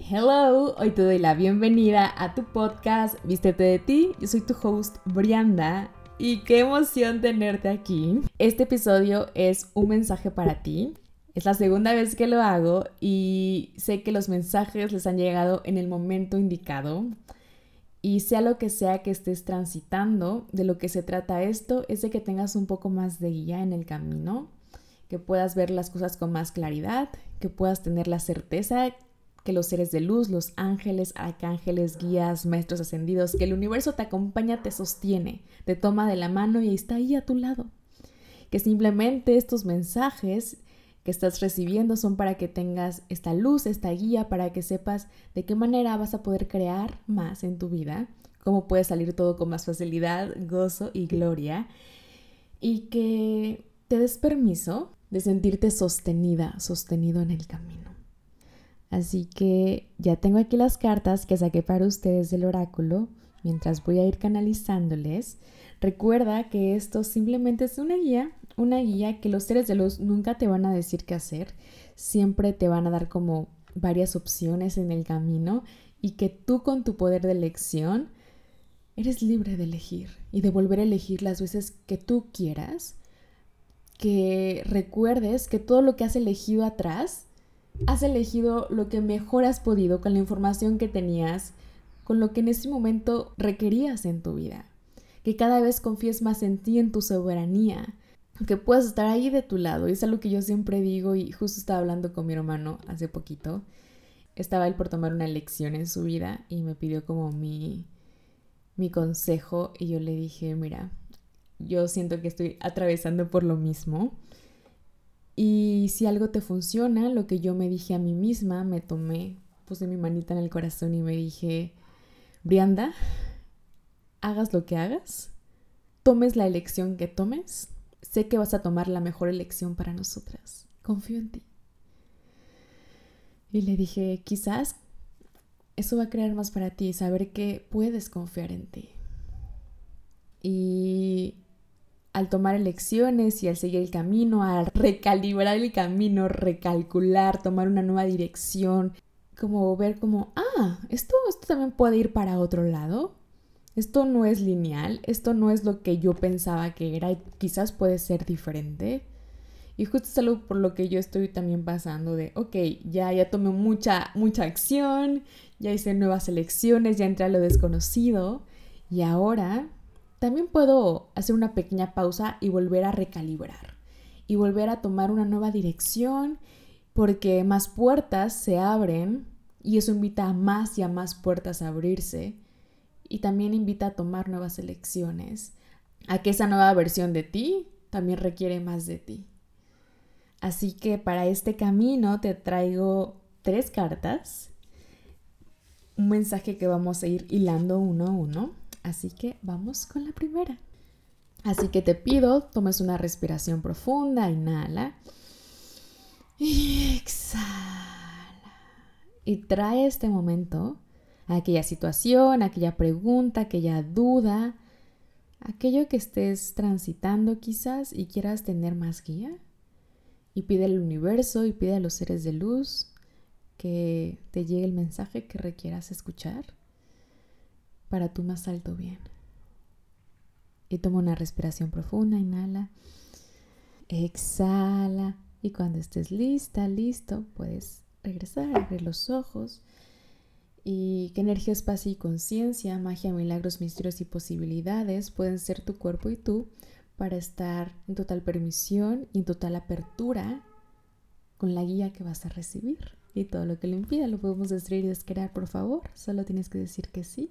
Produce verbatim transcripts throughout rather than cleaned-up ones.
Hello, hoy te doy la bienvenida a tu podcast Vístete de ti. Yo soy tu host Brianda y qué emoción tenerte aquí. Este episodio es un mensaje para ti. Es la segunda vez que lo hago y sé que los mensajes les han llegado en el momento indicado. Y sea lo que sea que estés transitando, de lo que se trata esto es de que tengas un poco más de guía en el camino, que puedas ver las cosas con más claridad, que puedas tener la certeza que los seres de luz, los ángeles, arcángeles, guías, maestros ascendidos, que el universo te acompaña, te sostiene, te toma de la mano y está ahí a tu lado. Que simplemente estos mensajes que estás recibiendo son para que tengas esta luz, esta guía, para que sepas de qué manera vas a poder crear más en tu vida, cómo puede salir todo con más facilidad, gozo y gloria, y que te des permiso de sentirte sostenida, sostenido en el camino. Así que ya tengo aquí las cartas que saqué para ustedes del oráculo, mientras voy a ir canalizándoles. Recuerda que esto simplemente es una guía, una guía que los seres de luz nunca te van a decir qué hacer, siempre te van a dar como varias opciones en el camino y que tú con tu poder de elección eres libre de elegir y de volver a elegir las veces que tú quieras, que recuerdes que todo lo que has elegido atrás, has elegido lo que mejor has podido con la información que tenías, con lo que en ese momento requerías en tu vida. Que cada vez confíes más en ti, en tu soberanía, que puedas estar ahí de tu lado. Y es algo que yo siempre digo y justo estaba hablando con mi hermano hace poquito. Estaba él por tomar una elección en su vida y me pidió como mi, mi consejo y yo le dije, mira, yo siento que estoy atravesando por lo mismo. Y si algo te funciona, lo que yo me dije a mí misma, me tomé, puse mi manita en el corazón y me dije, Brianda, hagas lo que hagas, tomes la elección que tomes, sé que vas a tomar la mejor elección para nosotras. Confío en ti. Y le dije, quizás eso va a crear más para ti, saber que puedes confiar en ti. Y al tomar elecciones y al seguir el camino, al recalibrar el camino, recalcular, tomar una nueva dirección, como ver como, ah, esto, esto también puede ir para otro lado. Esto no es lineal, esto no es lo que yo pensaba que era y quizás puede ser diferente. Y justo es algo por lo que yo estoy también pasando de, ok, ya, ya tomé mucha, mucha acción, ya hice nuevas elecciones, ya entré a lo desconocido y ahora también puedo hacer una pequeña pausa y volver a recalibrar y volver a tomar una nueva dirección porque más puertas se abren y eso invita a más y a más puertas a abrirse y también invita a tomar nuevas elecciones, a que esa nueva versión de ti también requiere más de ti. Así que para este camino te traigo tres cartas, un mensaje que vamos a ir hilando uno a uno. Así que vamos con la primera. Así que te pido, tomes una respiración profunda, inhala y exhala. Y trae este momento a aquella situación, a aquella pregunta, a aquella duda, aquello que estés transitando quizás y quieras tener más guía. Y pide al universo y pide a los seres de luz que te llegue el mensaje que requieras escuchar para tu más alto bien. Y toma una respiración profunda, inhala, exhala. Y cuando estés lista, listo, puedes regresar, abrir los ojos. Y que energía, espacio y conciencia, magia, milagros, misterios y posibilidades pueden ser tu cuerpo y tú para estar en total permisión y en total apertura con la guía que vas a recibir. Y todo lo que lo impida lo podemos destruir y descrear, por favor. Solo tienes que decir que sí.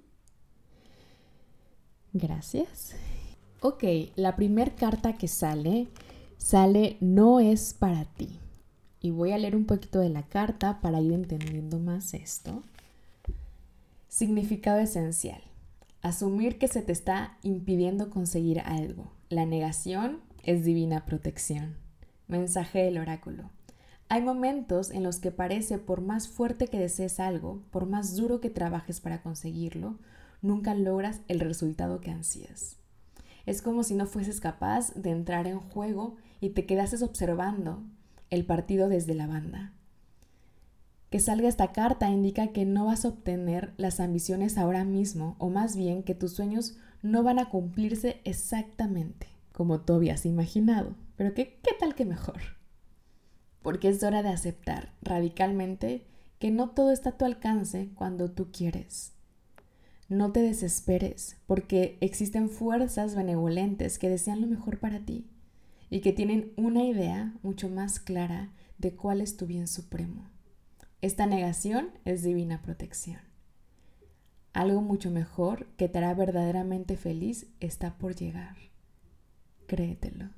Gracias. Ok, la primera carta que sale, sale no es para ti. Y voy a leer un poquito de la carta para ir entendiendo más esto. Significado esencial. Asumir que se te está impidiendo conseguir algo. La negación es divina protección. Mensaje del oráculo. Hay momentos en los que parece, por más fuerte que desees algo, por más duro que trabajes para conseguirlo, nunca logras el resultado que ansías. Es como si no fueses capaz de entrar en juego y te quedases observando el partido desde la banda. Que salga esta carta indica que no vas a obtener las ambiciones ahora mismo, o más bien que tus sueños no van a cumplirse exactamente como tú habías imaginado. Pero ¿qué, qué tal que mejor? Porque es hora de aceptar radicalmente que no todo está a tu alcance cuando tú quieres. No te desesperes, porque existen fuerzas benevolentes que desean lo mejor para ti y que tienen una idea mucho más clara de cuál es tu bien supremo. Esta negación es divina protección. Algo mucho mejor que te hará verdaderamente feliz está por llegar. Créetelo.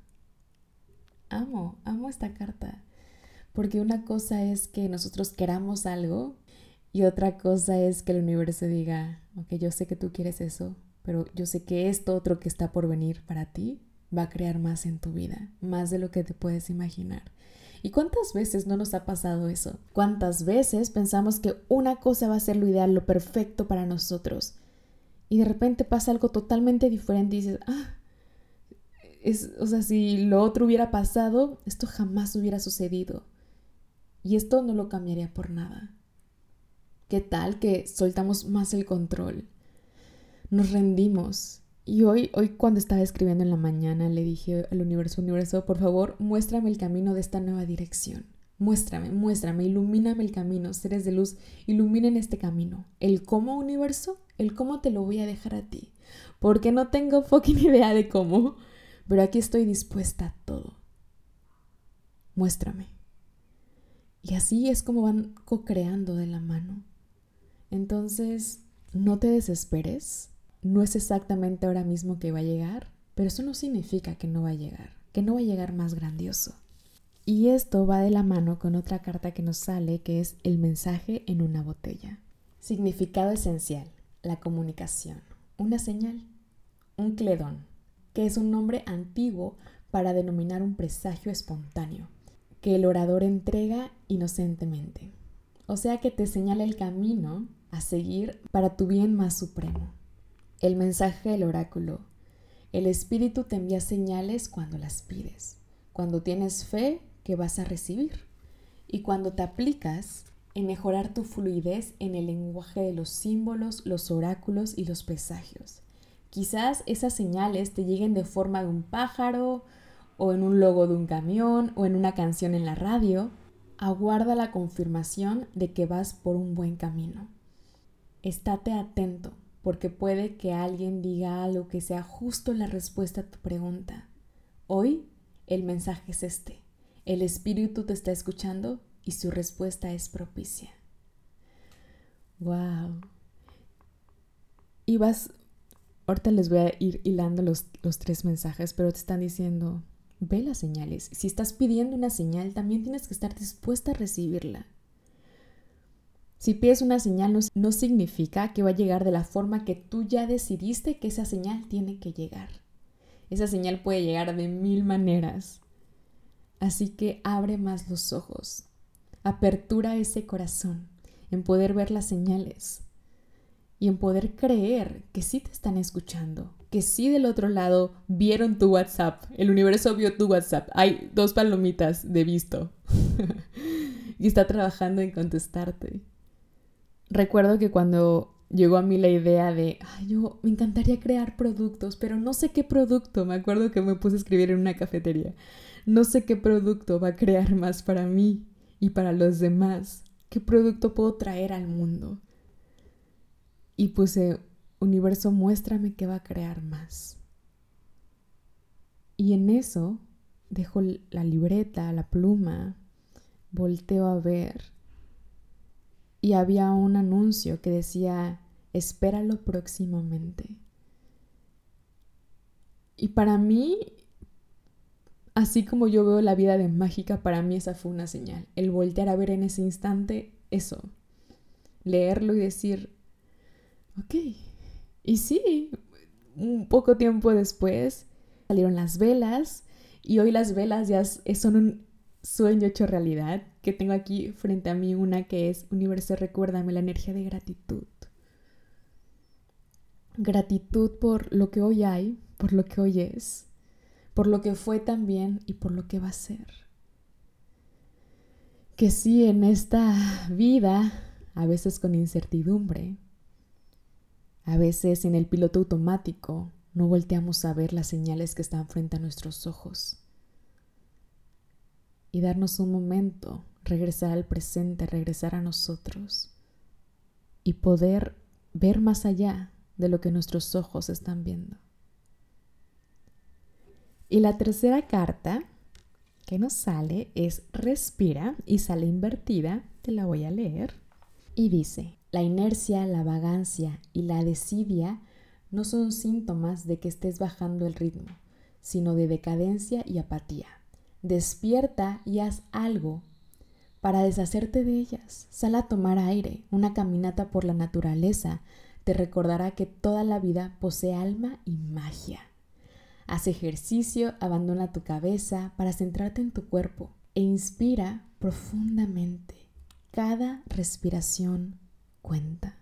Amo, amo esta carta. Porque una cosa es que nosotros queramos algo y otra cosa es que el universo diga, ok, yo sé que tú quieres eso, pero yo sé que esto otro que está por venir para ti va a crear más en tu vida, más de lo que te puedes imaginar. ¿Y cuántas veces no nos ha pasado eso? ¿Cuántas veces pensamos que una cosa va a ser lo ideal, lo perfecto para nosotros? Y de repente pasa algo totalmente diferente y dices, ah, es, o sea, si lo otro hubiera pasado, esto jamás hubiera sucedido. Y esto no lo cambiaría por nada. ¿Qué tal que soltamos más el control? Nos rendimos. Y hoy, hoy cuando estaba escribiendo en la mañana le dije al universo, universo, por favor, muéstrame el camino de esta nueva dirección. Muéstrame, muéstrame, ilumíname el camino, seres de luz, iluminen este camino. ¿El cómo, universo? El cómo te lo voy a dejar a ti. Porque no tengo fucking idea de cómo, pero aquí estoy dispuesta a todo. Muéstrame. Y así es como van co-creando de la mano. Entonces, no te desesperes. No es exactamente ahora mismo que va a llegar, pero eso no significa que no va a llegar, que no va a llegar más grandioso. Y esto va de la mano con otra carta que nos sale, que es el mensaje en una botella. Significado esencial, la comunicación, una señal, un cledón, que es un nombre antiguo para denominar un presagio espontáneo, que el orador entrega inocentemente. O sea que te señala el camino a seguir para tu bien más supremo. El mensaje del oráculo. El espíritu te envía señales cuando las pides, cuando tienes fe que vas a recibir y cuando te aplicas en mejorar tu fluidez en el lenguaje de los símbolos, los oráculos y los presagios. Quizás esas señales te lleguen de forma de un pájaro o en un logo de un camión o en una canción en la radio. Aguarda la confirmación de que vas por un buen camino. Estate atento, porque puede que alguien diga algo que sea justo la respuesta a tu pregunta. Hoy el mensaje es este. El espíritu te está escuchando y su respuesta es propicia. ¡Wow! Y vas, ahorita les voy a ir hilando los, los tres mensajes, pero te están diciendo, ve las señales. Si estás pidiendo una señal, también tienes que estar dispuesta a recibirla. Si pides una señal, no, no significa que va a llegar de la forma que tú ya decidiste que esa señal tiene que llegar. Esa señal puede llegar de mil maneras. Así que abre más los ojos. Apertura ese corazón en poder ver las señales y en poder creer que sí te están escuchando, que sí del otro lado vieron tu WhatsApp. El universo vio tu WhatsApp. Hay dos palomitas de visto y está trabajando en contestarte. Recuerdo que cuando llegó a mí la idea de, ay, yo me encantaría crear productos, pero no sé qué producto. Me acuerdo que me puse a escribir en una cafetería. No sé qué producto va a crear más para mí y para los demás. ¿Qué producto puedo traer al mundo? Y puse, universo, muéstrame qué va a crear más. Y en eso dejo la libreta, la pluma, volteo a ver. Y había un anuncio que decía, espéralo próximamente. Y para mí, así como yo veo la vida de mágica, para mí esa fue una señal. El voltear a ver en ese instante eso. Leerlo y decir, ok. Y sí, un poco tiempo después salieron las velas. Y hoy las velas ya son un sueño hecho realidad. Que tengo aquí frente a mí una que es, universo, recuérdame la energía de gratitud. Gratitud por lo que hoy hay, por lo que hoy es, por lo que fue también y por lo que va a ser. que sí, en esta vida, a veces con incertidumbre, a veces en el piloto automático, no volteamos a ver las señales que están frente a nuestros ojos. Y darnos un momento, regresar al presente, regresar a nosotros y poder ver más allá de lo que nuestros ojos están viendo. Y la tercera carta que nos sale es respira y sale invertida, te la voy a leer. Y dice, la inercia, la vagancia y la desidia no son síntomas de que estés bajando el ritmo, sino de decadencia y apatía. Despierta y haz algo para deshacerte de ellas. Sal a tomar aire. Una caminata por la naturaleza te recordará que toda la vida posee alma y magia. Haz ejercicio, abandona tu cabeza para centrarte en tu cuerpo e inspira profundamente. Cada respiración cuenta.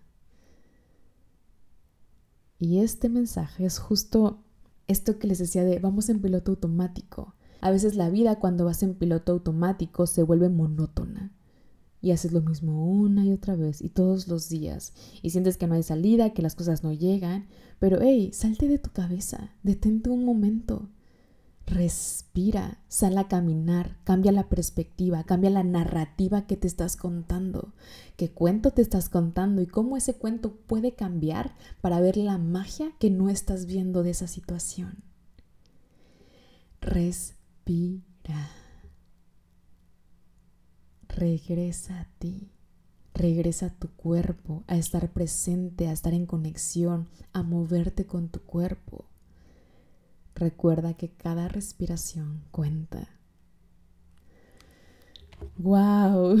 Y este mensaje es justo esto que les decía de vamos en piloto automático. A veces la vida cuando vas en piloto automático se vuelve monótona y haces lo mismo una y otra vez y todos los días y sientes que no hay salida, que las cosas no llegan, pero hey, salte de tu cabeza, detente un momento, respira, sal a caminar, cambia la perspectiva, cambia la narrativa que te estás contando, qué cuento te estás contando y cómo ese cuento puede cambiar para ver la magia que no estás viendo de esa situación. Respira. Regresa a ti, regresa a tu cuerpo, a estar presente, a estar en conexión, a moverte con tu cuerpo. Recuerda que cada respiración cuenta. ¡Wow!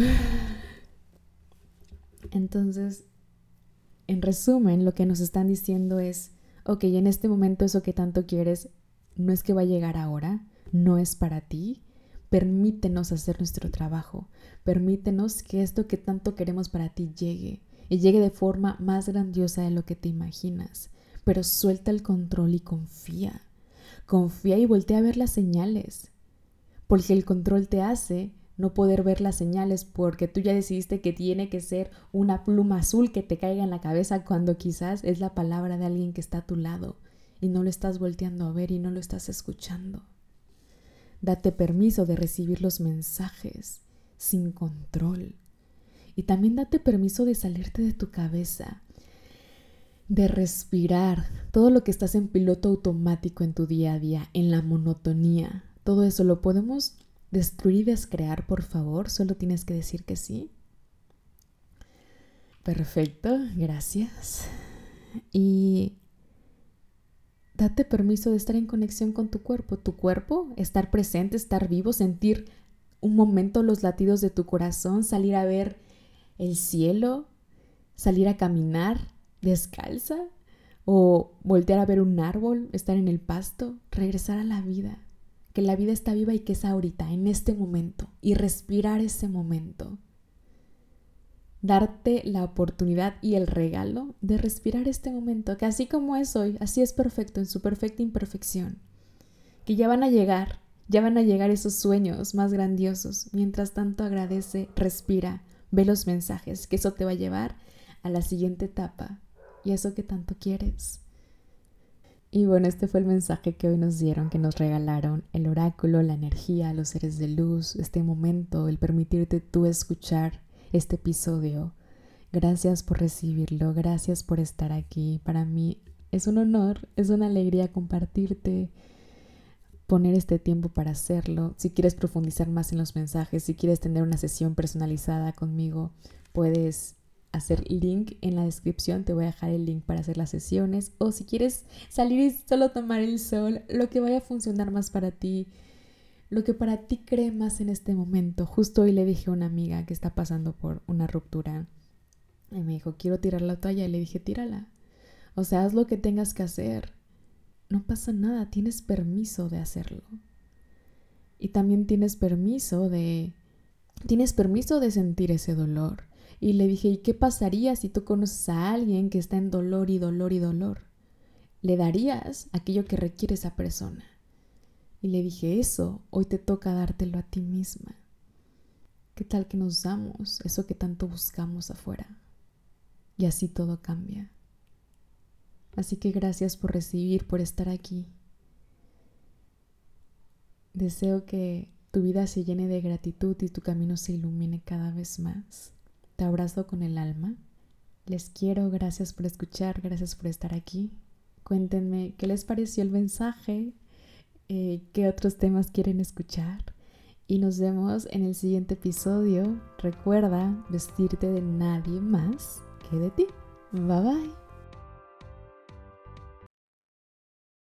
Entonces, en resumen, lo que nos están diciendo es, ok, en este momento eso que tanto quieres no es que va a llegar ahora, no es para ti. Permítenos hacer nuestro trabajo. Permítenos que esto que tanto queremos para ti llegue y llegue de forma más grandiosa de lo que te imaginas. Pero suelta el control y confía. Confía y voltea a ver las señales. Porque el control te hace no poder ver las señales porque tú ya decidiste que tiene que ser una pluma azul que te caiga en la cabeza cuando quizás es la palabra de alguien que está a tu lado y no lo estás volteando a ver y no lo estás escuchando. Date permiso de recibir los mensajes sin control. Y también date permiso de salirte de tu cabeza, de respirar. Todo lo que estás en piloto automático en tu día a día, en la monotonía, todo eso lo podemos destruir y descrear, por favor. Solo tienes que decir que sí. Perfecto, gracias. Y date permiso de estar en conexión con tu cuerpo. Tu cuerpo, estar presente, estar vivo, sentir un momento los latidos de tu corazón, salir a ver el cielo, salir a caminar descalza o voltear a ver un árbol, estar en el pasto, regresar a la vida. Que la vida está viva y que es ahorita, en este momento, y respirar ese momento. Darte la oportunidad y el regalo de respirar este momento, que así como es hoy, así es perfecto, en su perfecta imperfección. Que ya van a llegar, ya van a llegar esos sueños más grandiosos. Mientras tanto, agradece, respira, ve los mensajes, que eso te va a llevar a la siguiente etapa y eso que tanto quieres. Y bueno, este fue el mensaje que hoy nos dieron, que nos regalaron el oráculo, la energía, los seres de luz, este momento, el permitirte tú escuchar este episodio. Gracias por recibirlo, gracias por estar aquí. Para mí es un honor, es una alegría compartirte, poner este tiempo para hacerlo. Si quieres profundizar más en los mensajes, si quieres tener una sesión personalizada conmigo, puedes hacer link en la descripción, te voy a dejar el link para hacer las sesiones, o si quieres salir y solo tomar el sol, lo que vaya a funcionar más para ti, lo que para ti cree más en este momento. Justo hoy le dije a una amiga que está pasando por una ruptura y me dijo, quiero tirar la toalla, y le dije, tírala, o sea, haz lo que tengas que hacer, no pasa nada, tienes permiso de hacerlo. Y también tienes permiso de tienes permiso de sentir ese dolor. Y le dije, ¿y qué pasaría si tú conoces a alguien que está en dolor y dolor y dolor? ¿Le darías aquello que requiere esa persona? Y le dije, eso hoy te toca dártelo a ti misma. ¿Qué tal que nos damos eso que tanto buscamos afuera? Y así todo cambia. Así que gracias por recibir, por estar aquí. Deseo que tu vida se llene de gratitud y tu camino se ilumine cada vez más. Te abrazo con el alma. Les quiero, gracias por escuchar, gracias por estar aquí. Cuéntenme qué les pareció el mensaje, eh, qué otros temas quieren escuchar. Y nos vemos en el siguiente episodio. Recuerda vestirte de nadie más que de ti. Bye bye.